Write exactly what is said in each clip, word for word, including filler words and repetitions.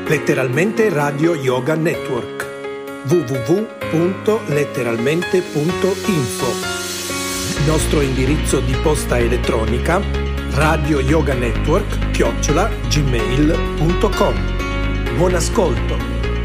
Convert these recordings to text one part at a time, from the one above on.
Letteralmente Radio Yoga Network. w w w punto letteralmente punto info. Nostro indirizzo di posta elettronica radio yoga network chiocciola gmail punto com. Buon ascolto.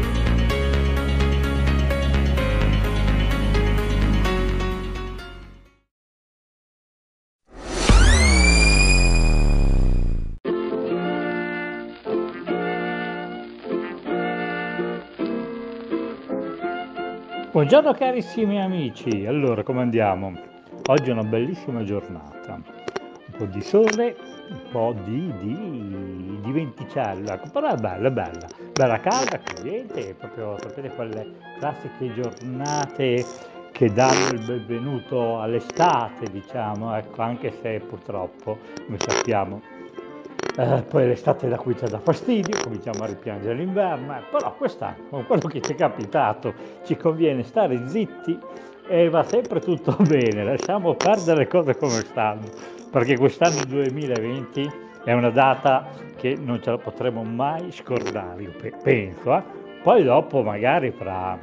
Buongiorno carissimi amici, allora come andiamo? Oggi è una bellissima giornata, un po' di sole, un po' di, di, di venticella, però è bella, bella, bella calda, caliente, proprio sapete quelle classiche giornate che danno il benvenuto all'estate, diciamo, ecco, anche se purtroppo, come sappiamo, Eh, poi l'estate da cui ci dà fastidio, cominciamo a ripiangere l'inverno, eh, però quest'anno, con quello che ci è capitato, ci conviene stare zitti e va sempre tutto bene, lasciamo perdere le cose come stanno, perché quest'anno duemilaventi è una data che non ce la potremo mai scordare, io pe- penso, eh. Poi dopo magari fra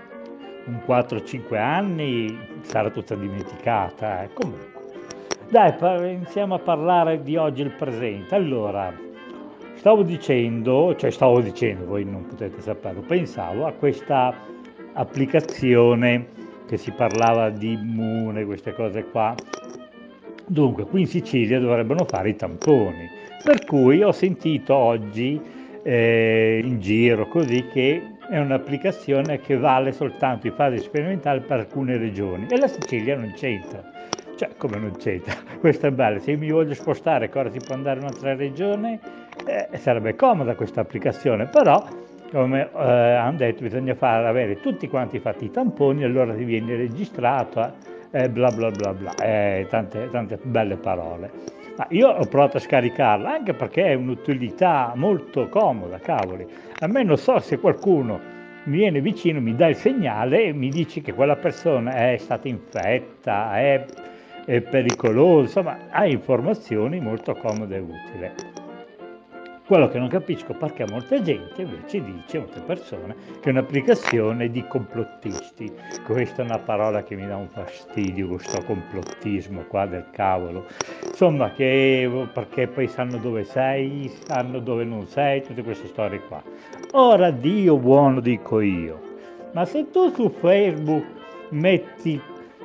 un quattro cinque anni sarà tutta dimenticata, eh. Comunque. Dai, par- iniziamo a parlare di oggi, il presente. Allora, stavo dicendo, cioè stavo dicendo, voi non potete saperlo, pensavo a questa applicazione che si parlava di immune, queste cose qua. Dunque, qui in Sicilia dovrebbero fare i tamponi, per cui ho sentito oggi eh, in giro così che è un'applicazione che vale soltanto in fase sperimentale per alcune regioni e la Sicilia non c'entra. Cioè, come non c'entra? Questo è bello, se io mi voglio spostare, che ora si può andare in un'altra regione, eh, sarebbe comoda questa applicazione, però, come eh, hanno detto, bisogna fare, avere tutti quanti fatti i tamponi, allora ti viene registrato, eh, bla bla bla bla, eh, tante, tante belle parole. Ma io ho provato a scaricarla, anche perché è un'utilità molto comoda, cavoli. Almeno so se qualcuno mi viene vicino, mi dà il segnale e mi dice che quella persona è stata infetta, è è pericoloso, insomma ha informazioni molto comode e utili. Quello che non capisco perché molta gente invece dice, molte persone, che è un'applicazione di complottisti. Questa è una parola che mi dà un fastidio, questo complottismo qua del cavolo. Insomma, che perché poi sanno dove sei, sanno dove non sei, tutte queste storie qua. Ora Dio buono dico io, ma se tu su Facebook metti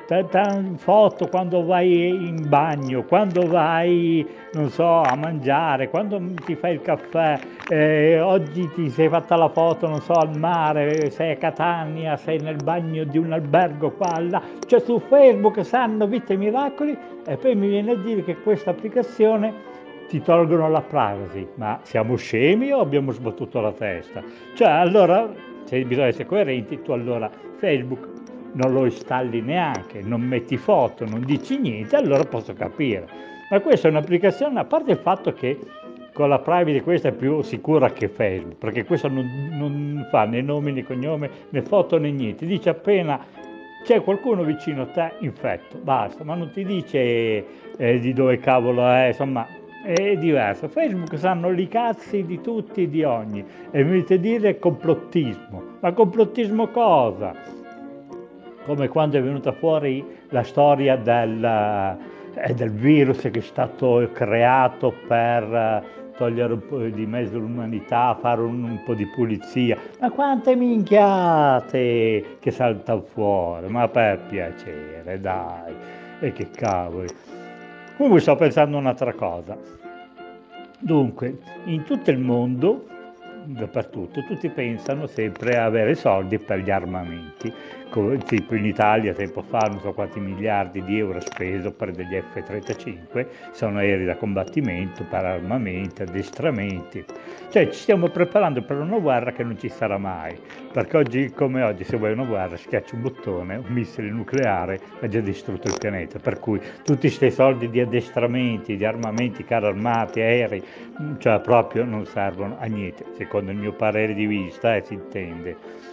foto quando vai in bagno, quando vai, non so, a mangiare, quando ti fai il caffè, eh, oggi ti sei fatta la foto, non so, al mare, sei a Catania, sei nel bagno di un albergo qua, là, cioè su Facebook sanno vite e miracoli e poi mi viene a dire che questa applicazione ti tolgono la privacy, ma siamo scemi o abbiamo sbattuto la testa? Cioè allora, se bisogna essere coerenti, tu allora Facebook non lo installi neanche, non metti foto, non dici niente, allora posso capire. Ma questa è un'applicazione, a parte il fatto che con la privacy questa è più sicura che Facebook, perché questa non, non fa né nomi né cognome, né foto né niente, dice appena c'è qualcuno vicino a te infetto, basta, ma non ti dice eh, di dove cavolo è, insomma è diverso. Facebook sanno i cazzi di tutti e di ogni, e mi dite dire complottismo, ma complottismo cosa? Come quando è venuta fuori la storia del, eh, del virus che è stato creato per eh, togliere un po' di mezzo l'umanità, fare un, un po' di pulizia. Ma quante minchiate che saltano fuori, ma per piacere, dai, e che cavoli. Comunque sto pensando a un'altra cosa. Dunque, in tutto il mondo, dappertutto, tutti pensano sempre a avere soldi per gli armamenti. Come, tipo in Italia tempo fa non so quanti miliardi di euro speso per degli F trentacinque, sono aerei da combattimento, per armamenti, addestramenti. Cioè ci stiamo preparando per una guerra che non ci sarà mai, perché oggi come oggi se vuoi una guerra schiacci un bottone, un missile nucleare ha già distrutto il pianeta, per cui tutti questi soldi di addestramenti, di armamenti, carri armati, aerei, cioè proprio non servono a niente, secondo il mio parere di vista, eh, si intende.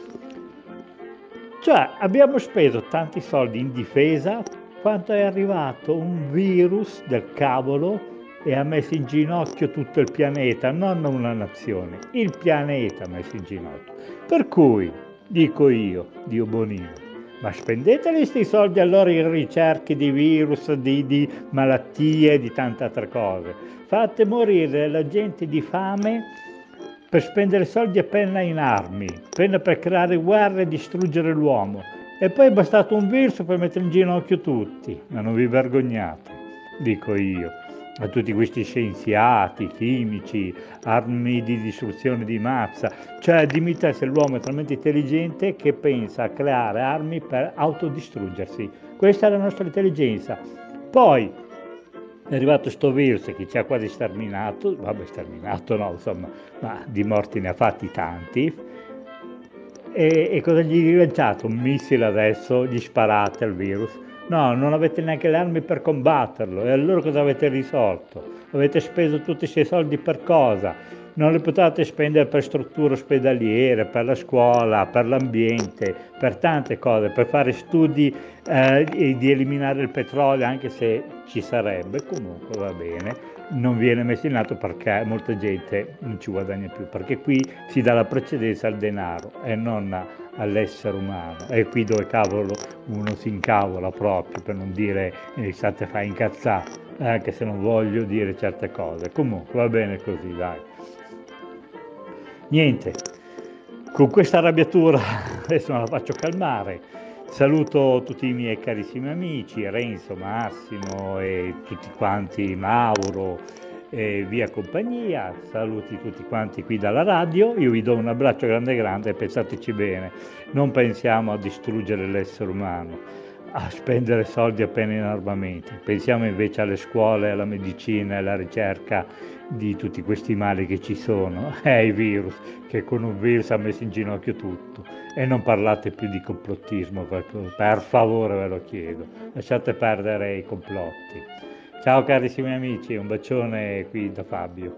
Cioè abbiamo speso tanti soldi in difesa, quanto è arrivato un virus del cavolo e ha messo in ginocchio tutto il pianeta, non una nazione, il pianeta ha messo in ginocchio. Per cui, dico io, Dio Bonino, ma spendete questi soldi allora in ricerche di virus, di, di malattie, di tante altre cose. Fate morire la gente di fame per spendere soldi appena in armi, appena per creare guerre e distruggere l'uomo. E poi è bastato un virus per mettere in ginocchio tutti. Ma non vi vergognate, dico io, a tutti questi scienziati, chimici, armi di distruzione di massa. Cioè, dimmi te se l'uomo è talmente intelligente che pensa a creare armi per autodistruggersi. Questa è la nostra intelligenza. Poi è arrivato sto virus che ci ha quasi sterminato, vabbè sterminato no, insomma, ma di morti ne ha fatti tanti. E, e cosa gli rilanciate? Un missile adesso, gli sparate al virus? No, non avete neanche le armi per combatterlo. E allora cosa avete risolto? Avete speso tutti questi soldi per cosa? Non li potete spendere per strutture ospedaliere, per la scuola, per l'ambiente, per tante cose, per fare studi eh, di eliminare il petrolio, anche se ci sarebbe, comunque va bene, non viene messo in atto perché molta gente non ci guadagna più, perché qui si dà la precedenza al denaro e non all'essere umano. È qui dove cavolo uno si incavola proprio, per non dire eh, state fa incazzare, anche se non voglio dire certe cose. Comunque va bene così, dai. Niente, con questa arrabbiatura adesso me la faccio calmare. Saluto tutti i miei carissimi amici, Renzo, Massimo e tutti quanti, Mauro e via compagnia. Saluti tutti quanti qui dalla radio. Io vi do un abbraccio grande grande e pensateci bene, non pensiamo a distruggere l'essere umano, a spendere soldi appena in armamenti. Pensiamo invece alle scuole, alla medicina e alla ricerca di tutti questi mali che ci sono. È il virus, che con un virus ha messo in ginocchio tutto. E non parlate più di complottismo, per, per favore ve lo chiedo. Lasciate perdere i complotti. Ciao carissimi amici, un bacione qui da Fabio.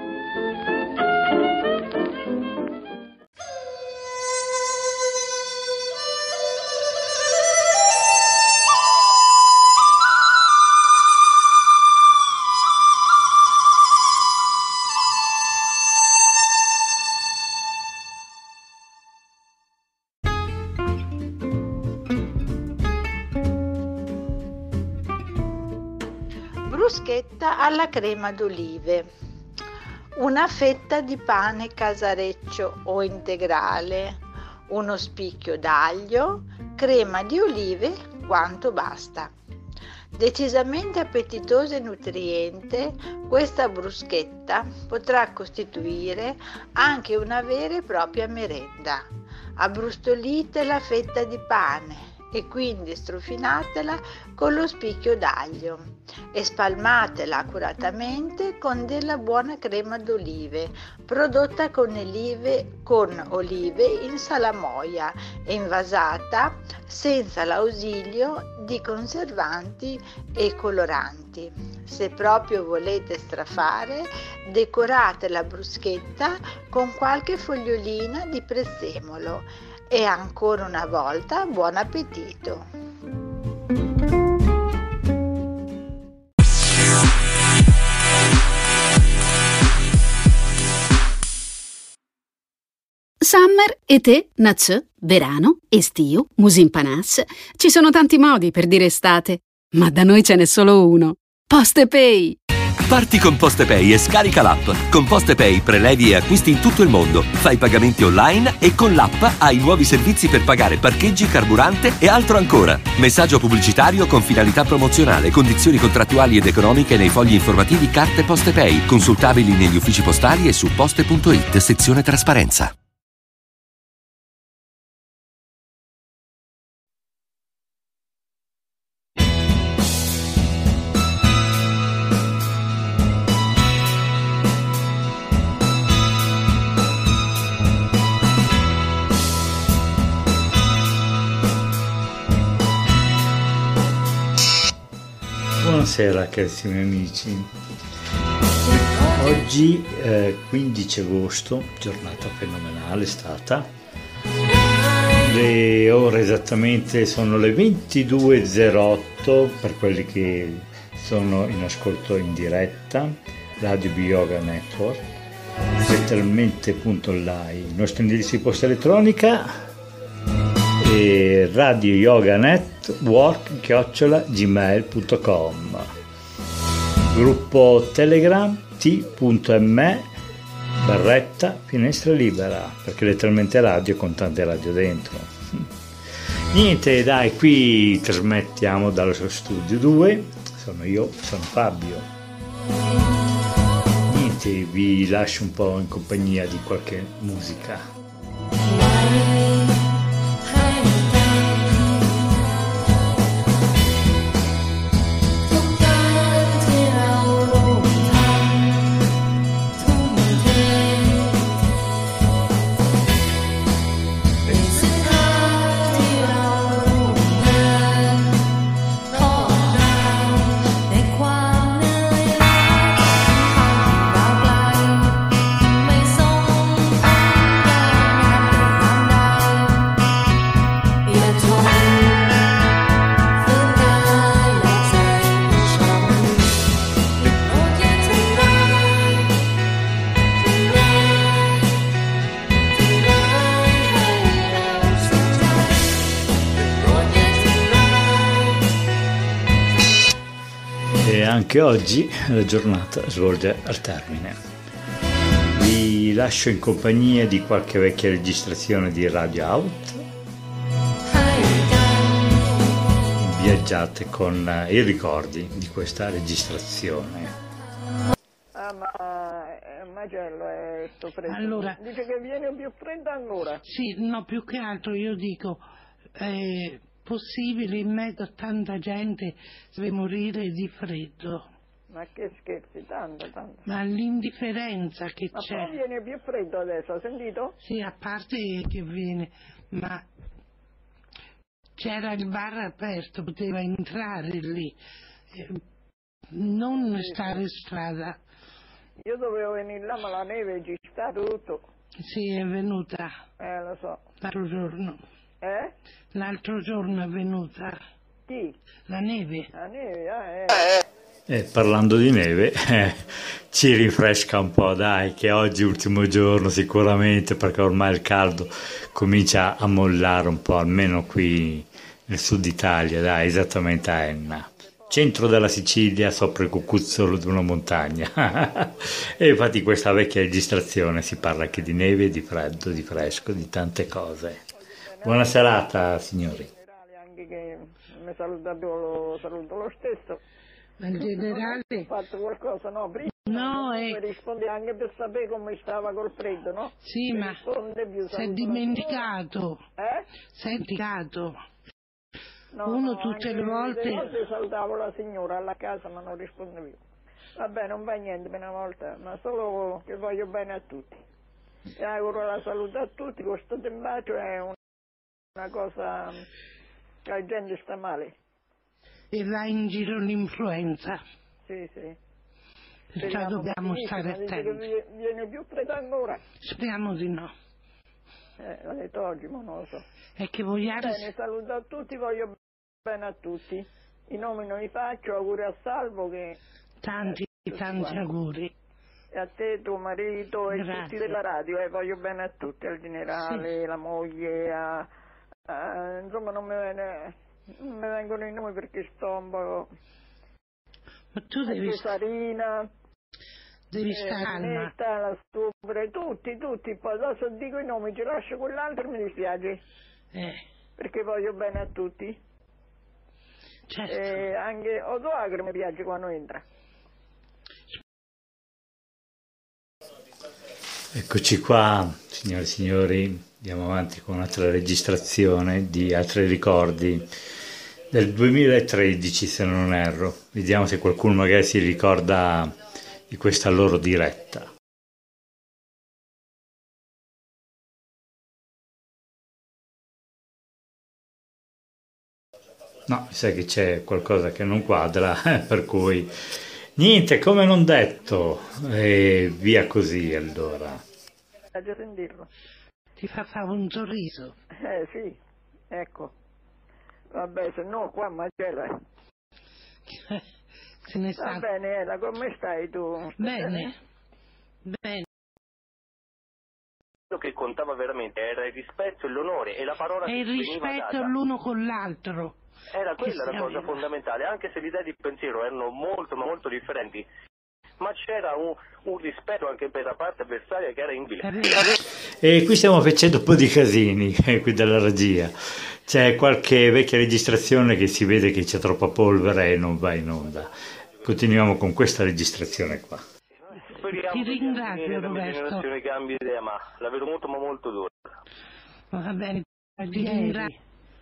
Bruschetta alla crema d'olive. Una fetta di pane casareccio o integrale, uno spicchio d'aglio, crema di olive quanto basta. Decisamente appetitosa e nutriente, questa bruschetta potrà costituire anche una vera e propria merenda. Abbrustolite la fetta di pane e quindi strofinatela con lo spicchio d'aglio e spalmatela accuratamente con della buona crema d'olive prodotta con olive, con olive in salamoia e invasata senza l'ausilio di conservanti e coloranti. Se proprio volete strafare, decorate la bruschetta con qualche fogliolina di prezzemolo. E ancora una volta buon appetito! Summer, etè, nazè, verano, estio, musimpanàs. Ci sono tanti modi per dire estate, ma da noi ce n'è solo uno. PostePay! Parti con PostePay e scarica l'app. Con PostePay prelevi e acquisti in tutto il mondo, fai pagamenti online e con l'app hai nuovi servizi per pagare parcheggi, carburante e altro ancora. Messaggio pubblicitario con finalità promozionale, condizioni contrattuali ed economiche nei fogli informativi Carte PostePay, consultabili negli uffici postali e su poste punto it, sezione trasparenza. Buonasera carissimi amici, oggi eh, quindici agosto, giornata fenomenale è stata, Le ore esattamente sono le ventidue e zero otto per quelli che sono in ascolto in diretta, Radio Yoga Network, letteralmente punto online, il nostro indirizzo di posta elettronica e Radio Yoga Network chiocciola gmail punto com, gruppo Telegram t.me barretta finestra libera, perché letteralmente radio con tante radio dentro. Niente, dai, qui trasmettiamo dallo studio due, sono io, sono Fabio. Niente, vi lascio un po' in compagnia di qualche musica. Anche oggi la giornata svolge al termine. Vi lascio in compagnia di qualche vecchia registrazione di Radio Out. Viaggiate con i ricordi di questa registrazione. Ah, ma eh, Magello è sto freddo. Allora, dice che viene più freddo ancora. Sì, no, più che altro io dico... Eh, possibile in mezzo a tanta gente deve morire di freddo. Ma che scherzi, tanto, tanto. Ma l'indifferenza che ma c'è. Ma poi viene più freddo adesso, hai sentito? Sì, a parte che viene, ma c'era il bar aperto, poteva entrare lì, eh, non sì, stare in strada. Io dovevo venire là, ma la neve ci sta tutto. Sì, è venuta. Eh, lo so. L'altro giorno. Eh? L'altro giorno è venuta. Chi? La neve. La neve, ah, eh. E parlando di neve, eh, ci rinfresca un po', dai, che oggi è l'ultimo giorno sicuramente, perché ormai il caldo comincia a mollare un po', almeno qui nel sud Italia, dai, esattamente a Enna, centro della Sicilia, sopra il cucuzzolo di una montagna. E infatti questa vecchia registrazione si parla anche di neve, di freddo, di fresco, di tante cose. Buona serata, signori. Anche che mi saluta, lo saluto lo stesso. Ma in generale... Ho fatto qualcosa, no? Prima no, mi è... rispondi anche per sapere come stava col freddo, no? Sì, mi ma si è dimenticato. Eh? Si è dimenticato. No, Uno no, tutte le volte... volte salutavo la signora alla casa, ma non risponde più. Vabbè, non fa niente per una volta, ma solo che voglio bene a tutti. E auguro la salute a tutti, questo tembacio è un... una cosa che la gente sta male. E va in giro l'influenza. Sì, sì. Perciò dobbiamo stare attenti. Che viene più freddo ancora. Speriamo di no. Eh, l'ho detto oggi, ma non lo so. E che vogliate... Bene, saluto a tutti, voglio bene a tutti. I nomi non li faccio, auguri a Salvo che... Tanti, eh, tanti quanti. Auguri. E a te, tuo marito e grazie. Tutti della radio, e eh, voglio bene a tutti, al generale, sì. La moglie, a, a, insomma non mi, viene, non mi vengono i nomi perché sto un po'... Ma tu devi... Sarina, devi eh, stare calma. La stupre, tutti, tutti, poi adesso dico i nomi, ci lascio quell'altro e mi dispiace. Eh. Perché voglio bene a tutti. Certo. E anche Odoacre mi piace quando entra. Eccoci qua, signore e signori, andiamo avanti con un'altra registrazione di altri ricordi del duemilatredici, se non erro. Vediamo se qualcuno magari si ricorda di questa loro diretta. No, mi sa che c'è qualcosa che non quadra, per cui... Niente, come non detto, e via così allora. A sentirlo. Ti fa fare un sorriso. Eh sì, ecco. Vabbè, se no qua macella. Se ne sa. Va bene, Ela, come stai tu? Bene, bene. Quello che contava veramente era il rispetto e l'onore e la parola E che il ci veniva rispetto data. l'uno con l'altro. Era quella che la cosa aveva. fondamentale, anche se le idee di pensiero erano molto ma molto differenti, ma c'era un, un rispetto anche per la parte avversaria che era inviolabile. E qui stiamo facendo un po' di casini, eh, qui dalla regia. C'è qualche vecchia registrazione che si vede che c'è troppa polvere e non va in onda. Continuiamo con questa registrazione qua. Speriamo Ti che ringrazio, la Roberto. generazione cambi idea, ma la vedo molto ma molto dura. Va bene, ti ringrazio.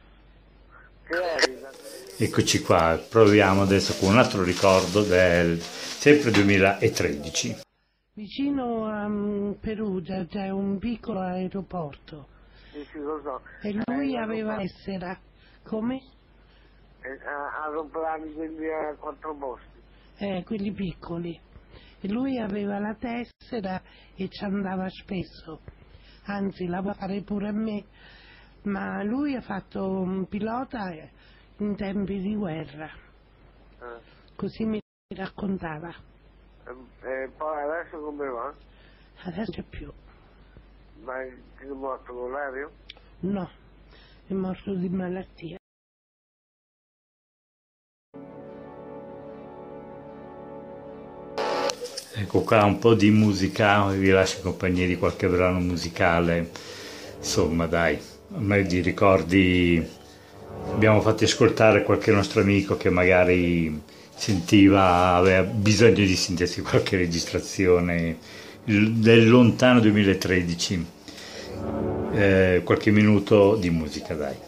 Eccoci qua, proviamo adesso con un altro ricordo del sempre duemilatredici. Vicino a um, Perugia c'è un piccolo aeroporto. Sì, sì, lo so. E lui Eh, aveva l'essera. Come? Eh, aeroplani quelli a quattro posti. Eh, quelli piccoli. E lui aveva la tessera e ci andava spesso. Anzi, la vuole fare pure a me. Ma lui ha fatto un pilota in tempi di guerra. Eh. Così mi raccontava. Eh, poi adesso come va? Adesso c'è più. Ma è morto con l'aereo? No, è morto di malattia. Ecco qua un po' di musica, vi lascio in compagnia di qualche brano musicale. Insomma dai, a me di ricordi abbiamo fatto ascoltare qualche nostro amico che magari sentiva, aveva bisogno di sentirsi qualche registrazione del lontano duemilatredici. Eh, qualche minuto di musica dai.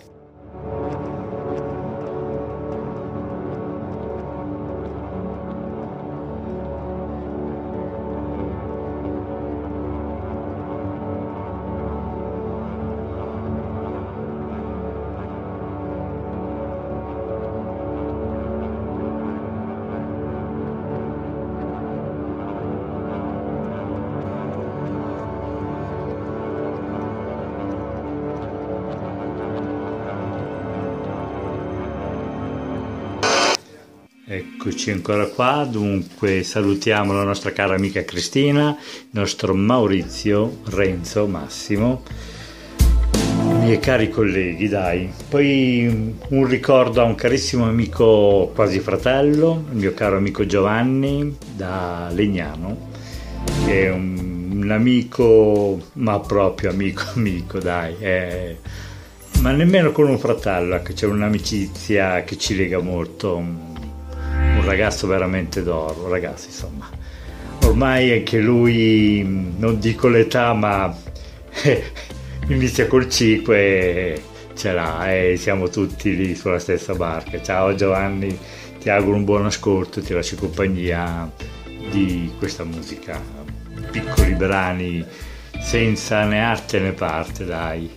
Eccoci ancora qua, dunque salutiamo la nostra cara amica Cristina, il nostro Maurizio, Renzo, Massimo, i miei cari colleghi, dai. Poi un ricordo a un carissimo amico quasi fratello, il mio caro amico Giovanni da Legnano, che è un, un amico, ma proprio amico amico, dai, è, ma nemmeno con un fratello, ecco, c'è un'amicizia che ci lega molto. Un ragazzo veramente d'oro, ragazzi, insomma, ormai anche lui, non dico l'età, ma inizia col cinque e ce l'ha, e siamo tutti lì sulla stessa barca. Ciao Giovanni, ti auguro un buon ascolto, ti lascio compagnia di questa musica, piccoli brani senza né arte né parte, dai.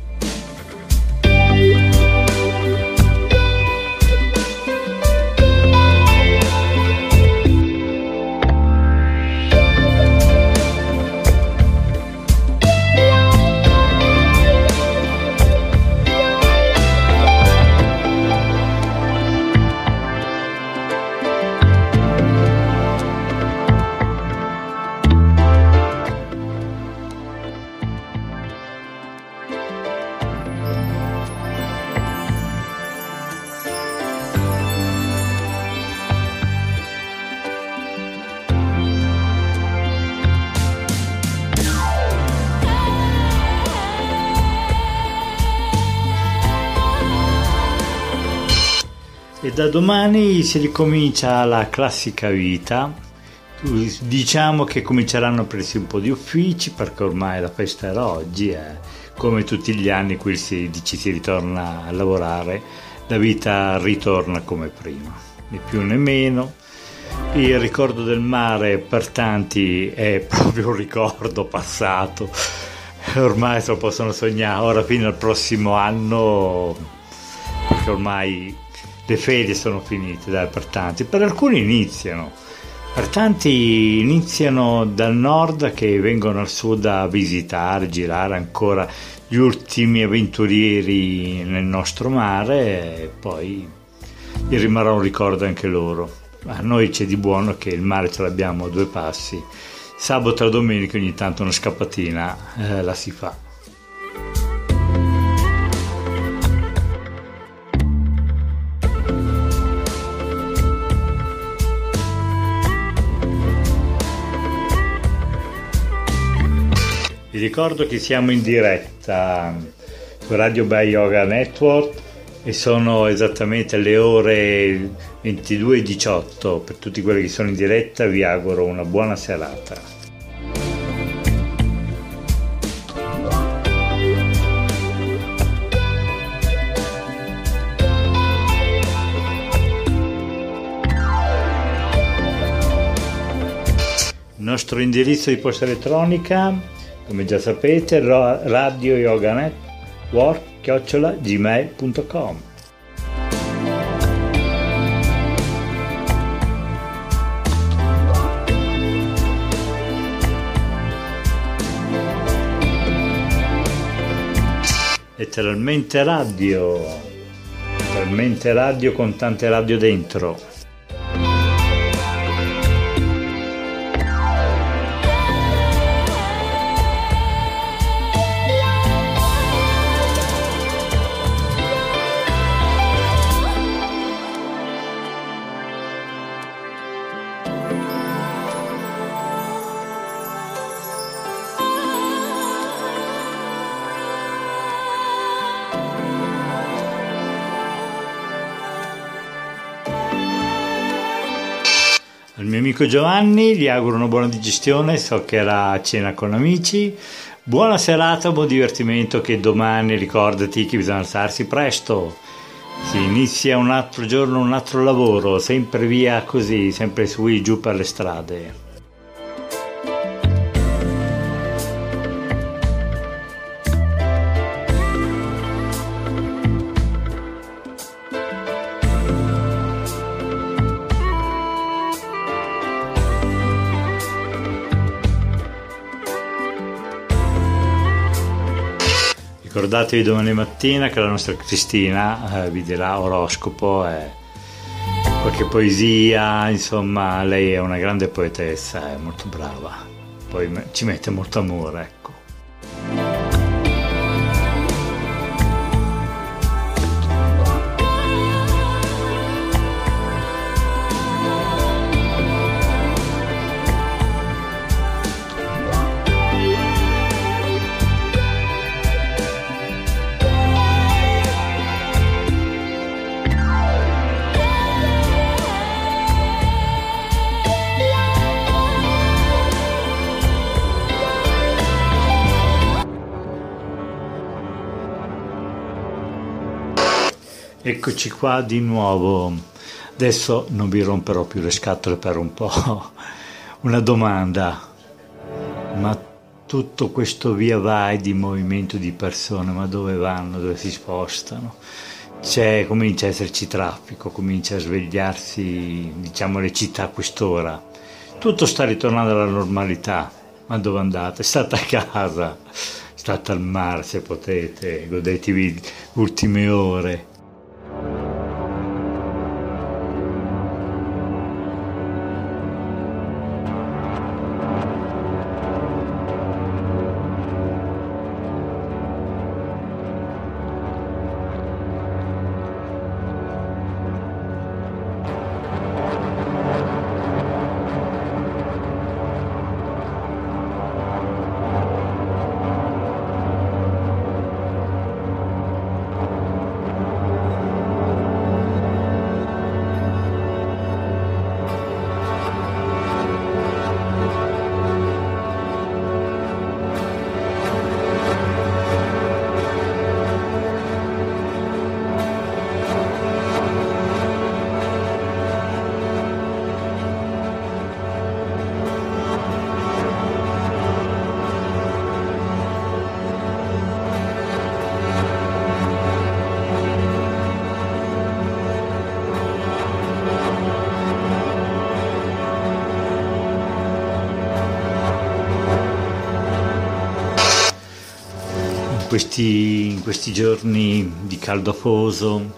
E da domani si ricomincia la classica vita, diciamo che cominceranno a aprirsi un po' di uffici perché ormai la festa era oggi, eh. Come tutti gli anni qui il sedici si ritorna a lavorare, la vita ritorna come prima, né più né meno. Il ricordo del mare per tanti è proprio un ricordo passato, ormai se lo possono sognare, ora fino al prossimo anno, perché ormai le ferie sono finite, dai, per tanti, per alcuni iniziano, Per tanti iniziano dal nord che vengono al sud a visitare, girare ancora gli ultimi avventurieri nel nostro mare e poi gli rimarrà un ricordo anche loro. A noi c'è di buono che il mare ce l'abbiamo a due passi, sabato e domenica ogni tanto una scappatina eh, la si fa. Vi ricordo che siamo in diretta su Radio Bay Yoga Network e sono esattamente le ore ventidue e diciotto. Per tutti quelli che sono in diretta vi auguro una buona serata. Il nostro indirizzo di posta elettronica, come già sapete, Radio Yoga Network chiocciola gmail punto com. Letteralmente radio, letteralmente radio con tante radio dentro. Al mio amico Giovanni gli auguro una buona digestione, so che era a cena con amici, buona serata, buon divertimento, che domani ricordati che bisogna alzarsi presto, si inizia un altro giorno, un altro lavoro, sempre via così, sempre su e giù per le strade. Ricordatevi domani mattina che la nostra Cristina eh, vi dirà oroscopo e qualche poesia, insomma lei è una grande poetessa, è molto brava, poi ci mette molto amore, ecco. Eccoci qua di nuovo, adesso non vi romperò più le scatole per un po'. Una domanda, ma tutto questo via vai di movimento di persone, ma dove vanno, dove si spostano? C'è, comincia a esserci traffico, comincia a svegliarsi, diciamo, le città a quest'ora. Tutto sta ritornando alla normalità, ma dove andate? State a casa, state al mare se potete, godetevi le ultime ore. questi, in questi giorni di caldo afoso,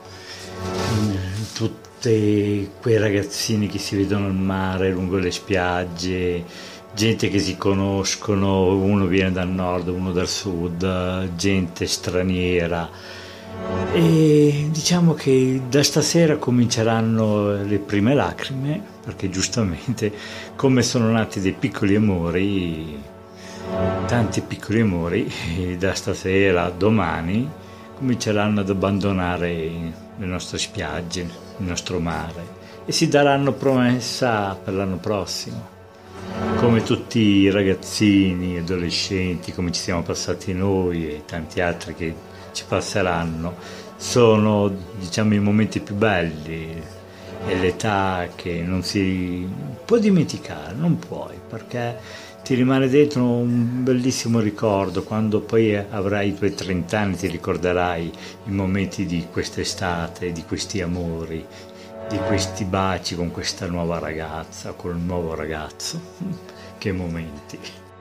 tutti quei ragazzini che si vedono al mare, lungo le spiagge, gente che si conoscono, uno viene dal nord, uno dal sud, gente straniera. E diciamo che da stasera cominceranno le prime lacrime, perché giustamente, come sono nati dei piccoli amori, tanti piccoli amori, da stasera, domani, cominceranno ad abbandonare le nostre spiagge, il nostro mare, e si daranno promessa per l'anno prossimo. Come tutti i ragazzini, adolescenti, come ci siamo passati noi e tanti altri che ci passeranno, sono, diciamo, i momenti più belli, è l'età che non si può dimenticare, non puoi, perché ti rimane dentro un bellissimo ricordo. Quando poi avrai i tuoi trenta anni ti ricorderai i momenti di quest'estate, di questi amori, di questi baci con questa nuova ragazza, con il nuovo ragazzo. Che momenti!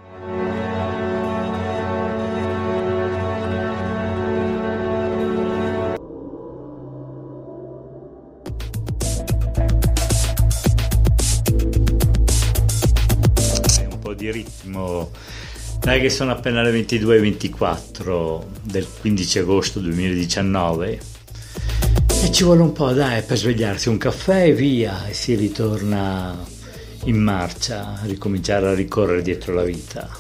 Di ritmo, dai, che sono appena le ventidue e ventiquattro del quindici agosto duemiladiciannove e ci vuole un po', dai, per svegliarsi, un caffè e via, e si ritorna in marcia, a ricominciare a ricorrere dietro la vita.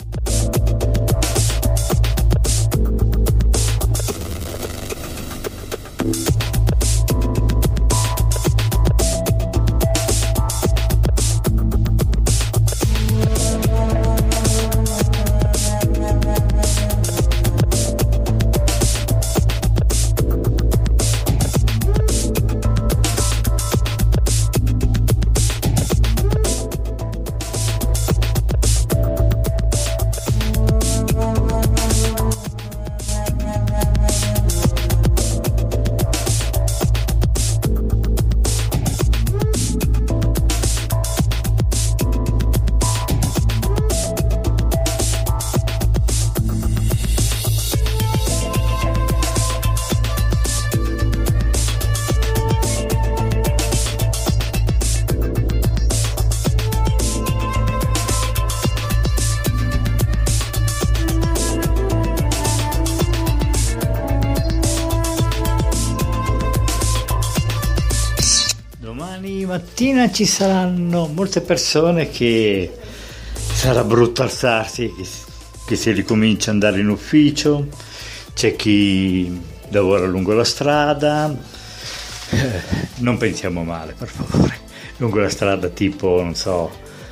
Mattina ci saranno molte persone che sarà brutto alzarsi, che, che si ricomincia ad andare in ufficio, c'è chi lavora lungo la strada, eh, non pensiamo male, per favore, lungo la strada tipo, non so,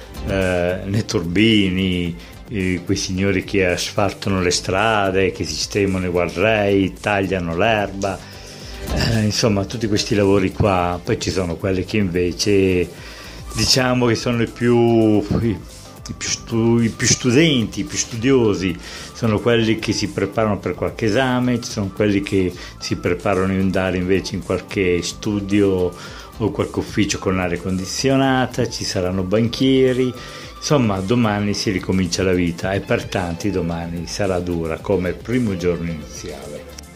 eh, nei turbini, eh, quei signori che asfaltano le strade, che sistemano i guardrail, tagliano l'erba. Eh, insomma, tutti questi lavori qua. Poi ci sono quelli che invece, diciamo, che sono i più, i, i più, stu, i più studenti, i più studiosi, sono quelli che si preparano per qualche esame, ci sono quelli che si preparano ad andare invece in qualche studio o qualche ufficio con l'aria condizionata, ci saranno banchieri. Insomma, domani si ricomincia la vita, e per tanti domani sarà dura come il primo giorno iniziale.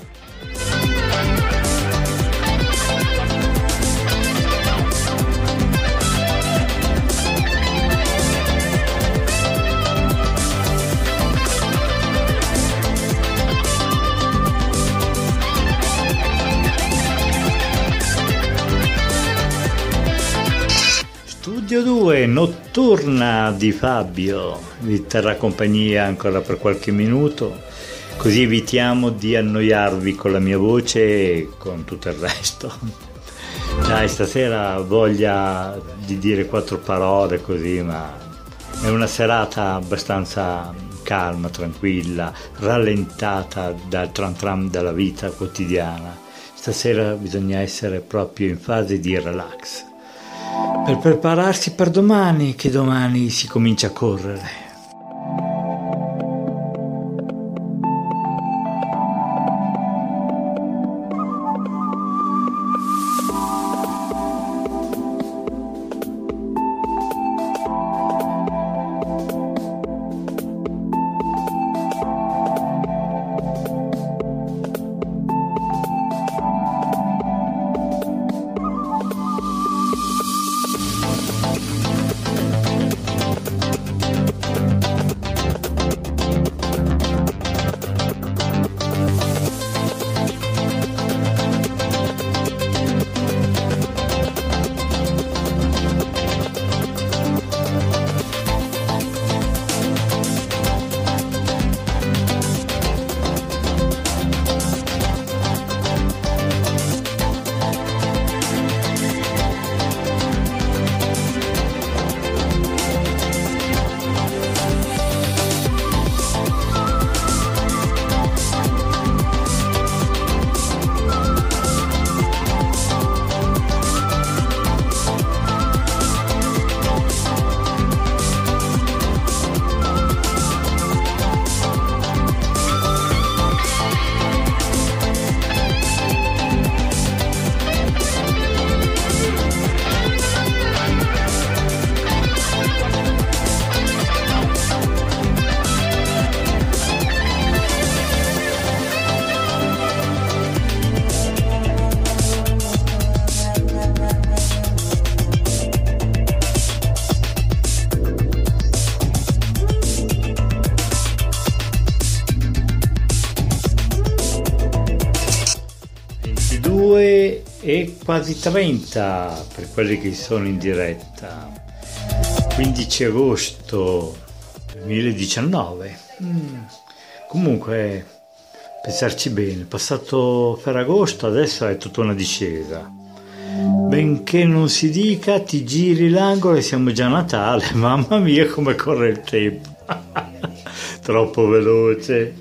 Studio due, notturna di Fabio, vi terrà compagnia ancora per qualche minuto, così evitiamo di annoiarvi con la mia voce e con tutto il resto. Dai, stasera voglia di dire quattro parole così, ma è una serata abbastanza calma, tranquilla, rallentata dal tram tram della vita quotidiana. Stasera bisogna essere proprio in fase di relax, per prepararsi per domani, che domani si comincia a correre. e quasi trenta per quelli che sono in diretta. quindici agosto duemiladiciannove. Mm. Comunque, pensarci bene, passato Ferragosto, adesso è tutta una discesa. Benché non si dica, ti giri l'angolo e siamo già a Natale. Mamma mia come corre il tempo. Troppo veloce.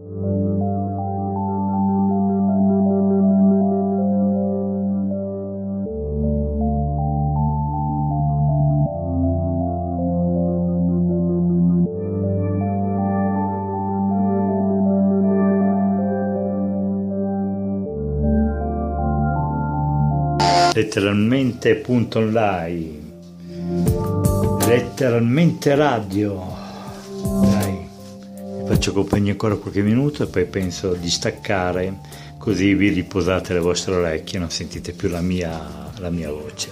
Letteralmente punto online, letteralmente radio. Dai, vi faccio compagnia ancora qualche minuto e poi penso di staccare, così vi riposate le vostre orecchie e non sentite più la mia, la mia voce.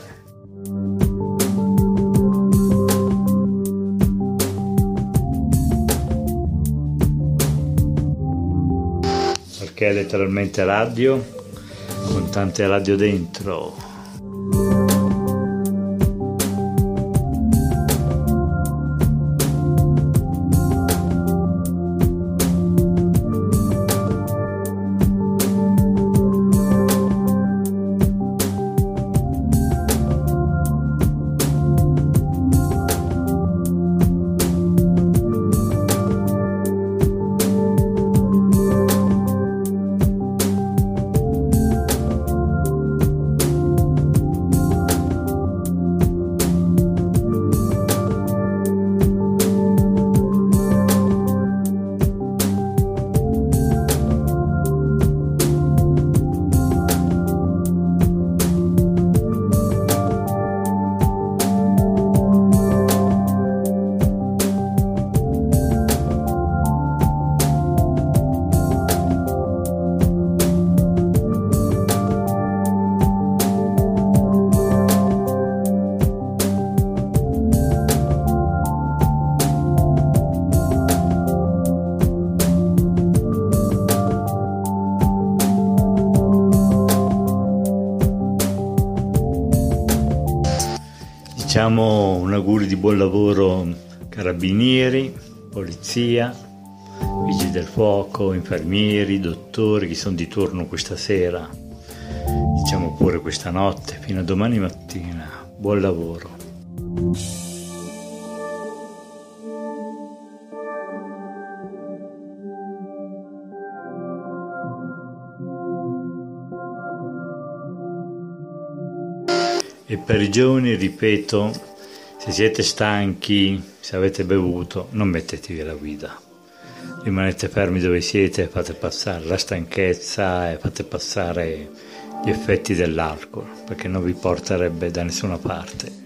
Perché letteralmente radio, con tante radio dentro. Facciamo un augurio di buon lavoro carabinieri, polizia, vigili del fuoco, infermieri, dottori che sono di turno questa sera, diciamo pure questa notte fino a domani mattina. Buon lavoro. E per i giovani, ripeto, se siete stanchi, se avete bevuto, non mettetevi alla guida. Rimanete fermi dove siete, fate passare la stanchezza e fate passare gli effetti dell'alcol, perché non vi porterebbe da nessuna parte.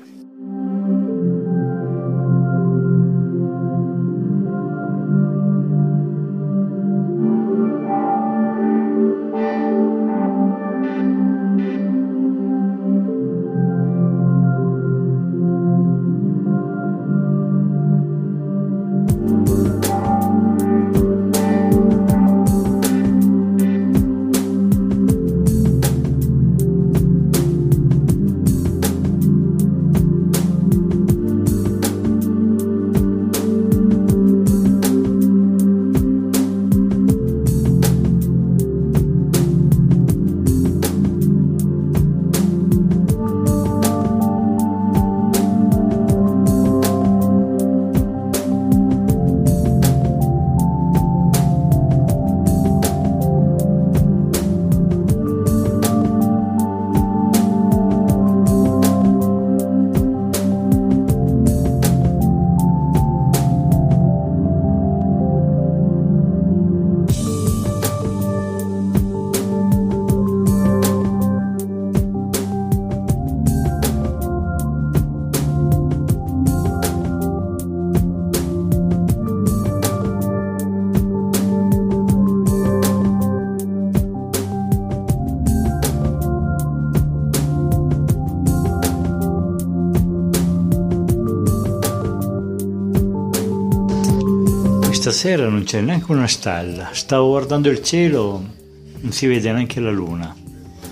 Stasera non c'è neanche una stella, stavo guardando il cielo, non si vede neanche la luna.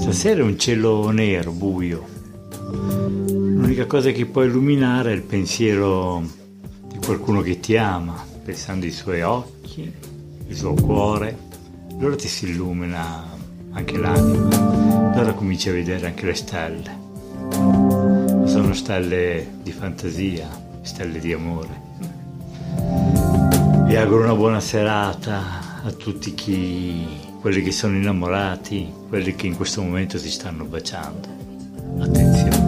Stasera è un cielo nero, buio. L'unica cosa che può illuminare è il pensiero di qualcuno che ti ama, pensando ai suoi occhi, il suo cuore. Allora ti si illumina anche l'anima, allora cominci a vedere anche le stelle. Sono stelle di fantasia, stelle di amore. Vi auguro una buona serata a tutti chi, quelli che sono innamorati, quelli che in questo momento si stanno baciando. Attenzione.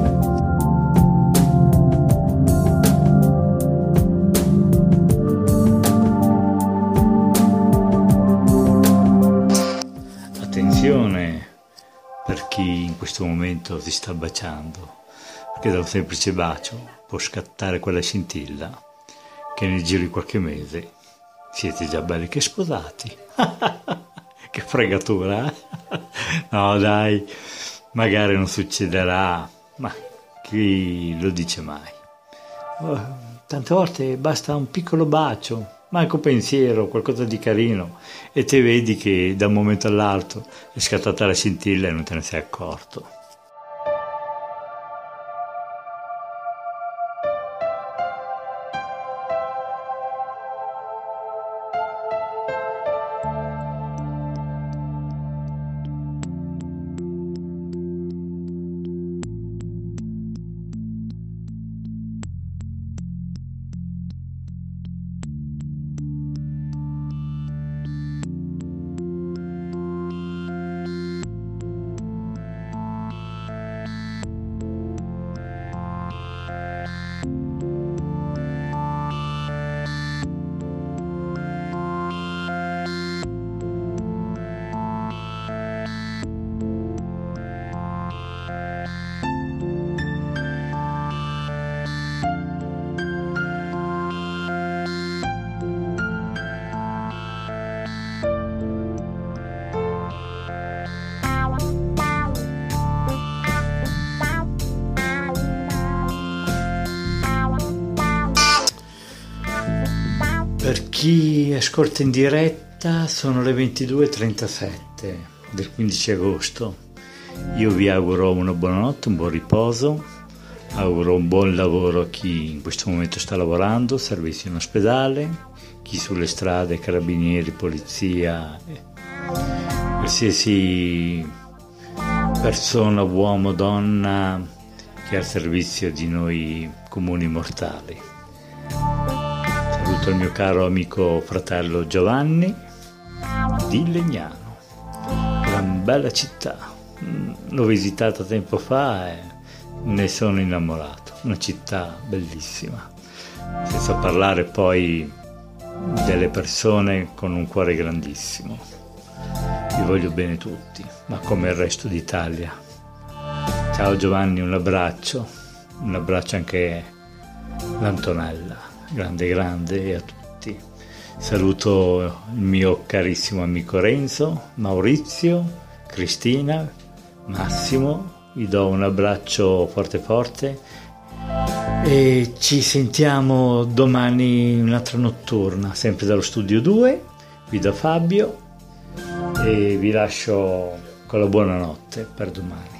Attenzione per chi in questo momento si sta baciando, perché da un semplice bacio può scattare quella scintilla che nel giro di qualche mese siete già belli che sposati. Che fregatura, eh? No dai, magari non succederà, ma chi lo dice mai? Oh, tante volte basta un piccolo bacio, manco pensiero, qualcosa di carino, e te vedi che da un momento all'altro è scattata la scintilla e non te ne sei accorto. Per chi ascolta in diretta sono le ventidue e trentasette del quindici agosto. Io vi auguro una buona notte, un buon riposo, auguro un buon lavoro a chi in questo momento sta lavorando, servizi in ospedale, chi sulle strade, carabinieri, polizia, qualsiasi persona, uomo, donna che è al servizio di noi comuni mortali. Saluto il mio caro amico fratello Giovanni di Legnano, una bella città, l'ho visitata tempo fa e ne sono innamorato, una città bellissima, senza parlare poi delle persone con un cuore grandissimo. Vi voglio bene tutti, ma come il resto d'Italia. Ciao Giovanni, un abbraccio, un abbraccio anche all'Antonella. Grande grande e a tutti. Saluto il mio carissimo amico Renzo, Maurizio, Cristina, Massimo, vi do un abbraccio forte forte e ci sentiamo domani in un'altra notturna, sempre dallo studio due, qui da Fabio, e vi lascio con la buonanotte per domani.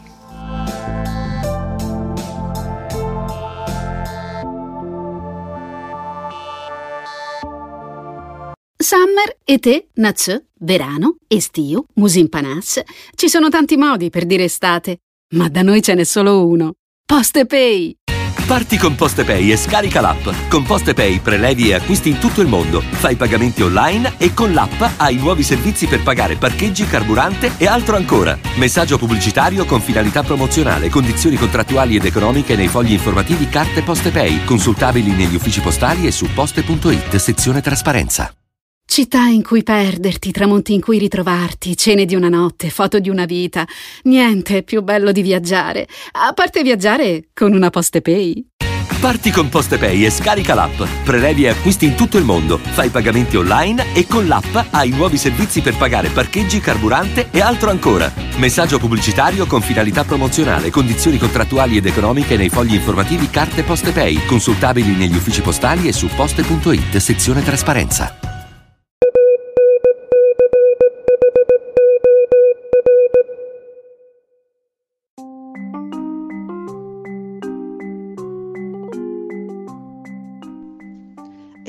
Summer, été, natsö, verano, estio, musinpanas. Ci sono tanti modi per dire estate, ma da noi ce n'è solo uno. PostePay. Parti con PostePay e scarica l'app. Con PostePay prelevi e acquisti in tutto il mondo. Fai pagamenti online e con l'app hai nuovi servizi per pagare parcheggi, carburante e altro ancora. Messaggio pubblicitario con finalità promozionale. Condizioni contrattuali ed economiche nei fogli informativi Carte PostePay. Consultabili negli uffici postali e su poste punto it, sezione trasparenza. Città in cui perderti, tramonti in cui ritrovarti, cene di una notte, foto di una vita. Niente è più bello di viaggiare, a parte viaggiare con una PostePay. Parti con PostePay e scarica l'app. Prelevi e acquisti in tutto il mondo. Fai pagamenti online e con l'app hai nuovi servizi per pagare parcheggi, carburante e altro ancora. Messaggio pubblicitario con finalità promozionale. Condizioni contrattuali ed economiche nei fogli informativi Carte PostePay. Consultabili negli uffici postali e su poste punto it, sezione trasparenza.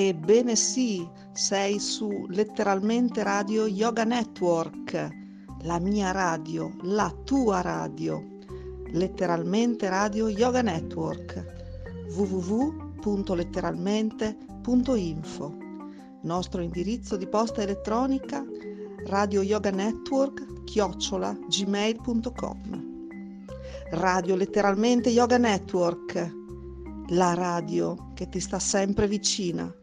Ebbene sì, sei su Letteralmente Radio Yoga Network, la mia radio, la tua radio. Letteralmente Radio Yoga Network, w w w punto letteralmente punto info. Nostro indirizzo di posta elettronica radio yoga network chiocciola gmail punto com. Radio Letteralmente Yoga Network, la radio che ti sta sempre vicina.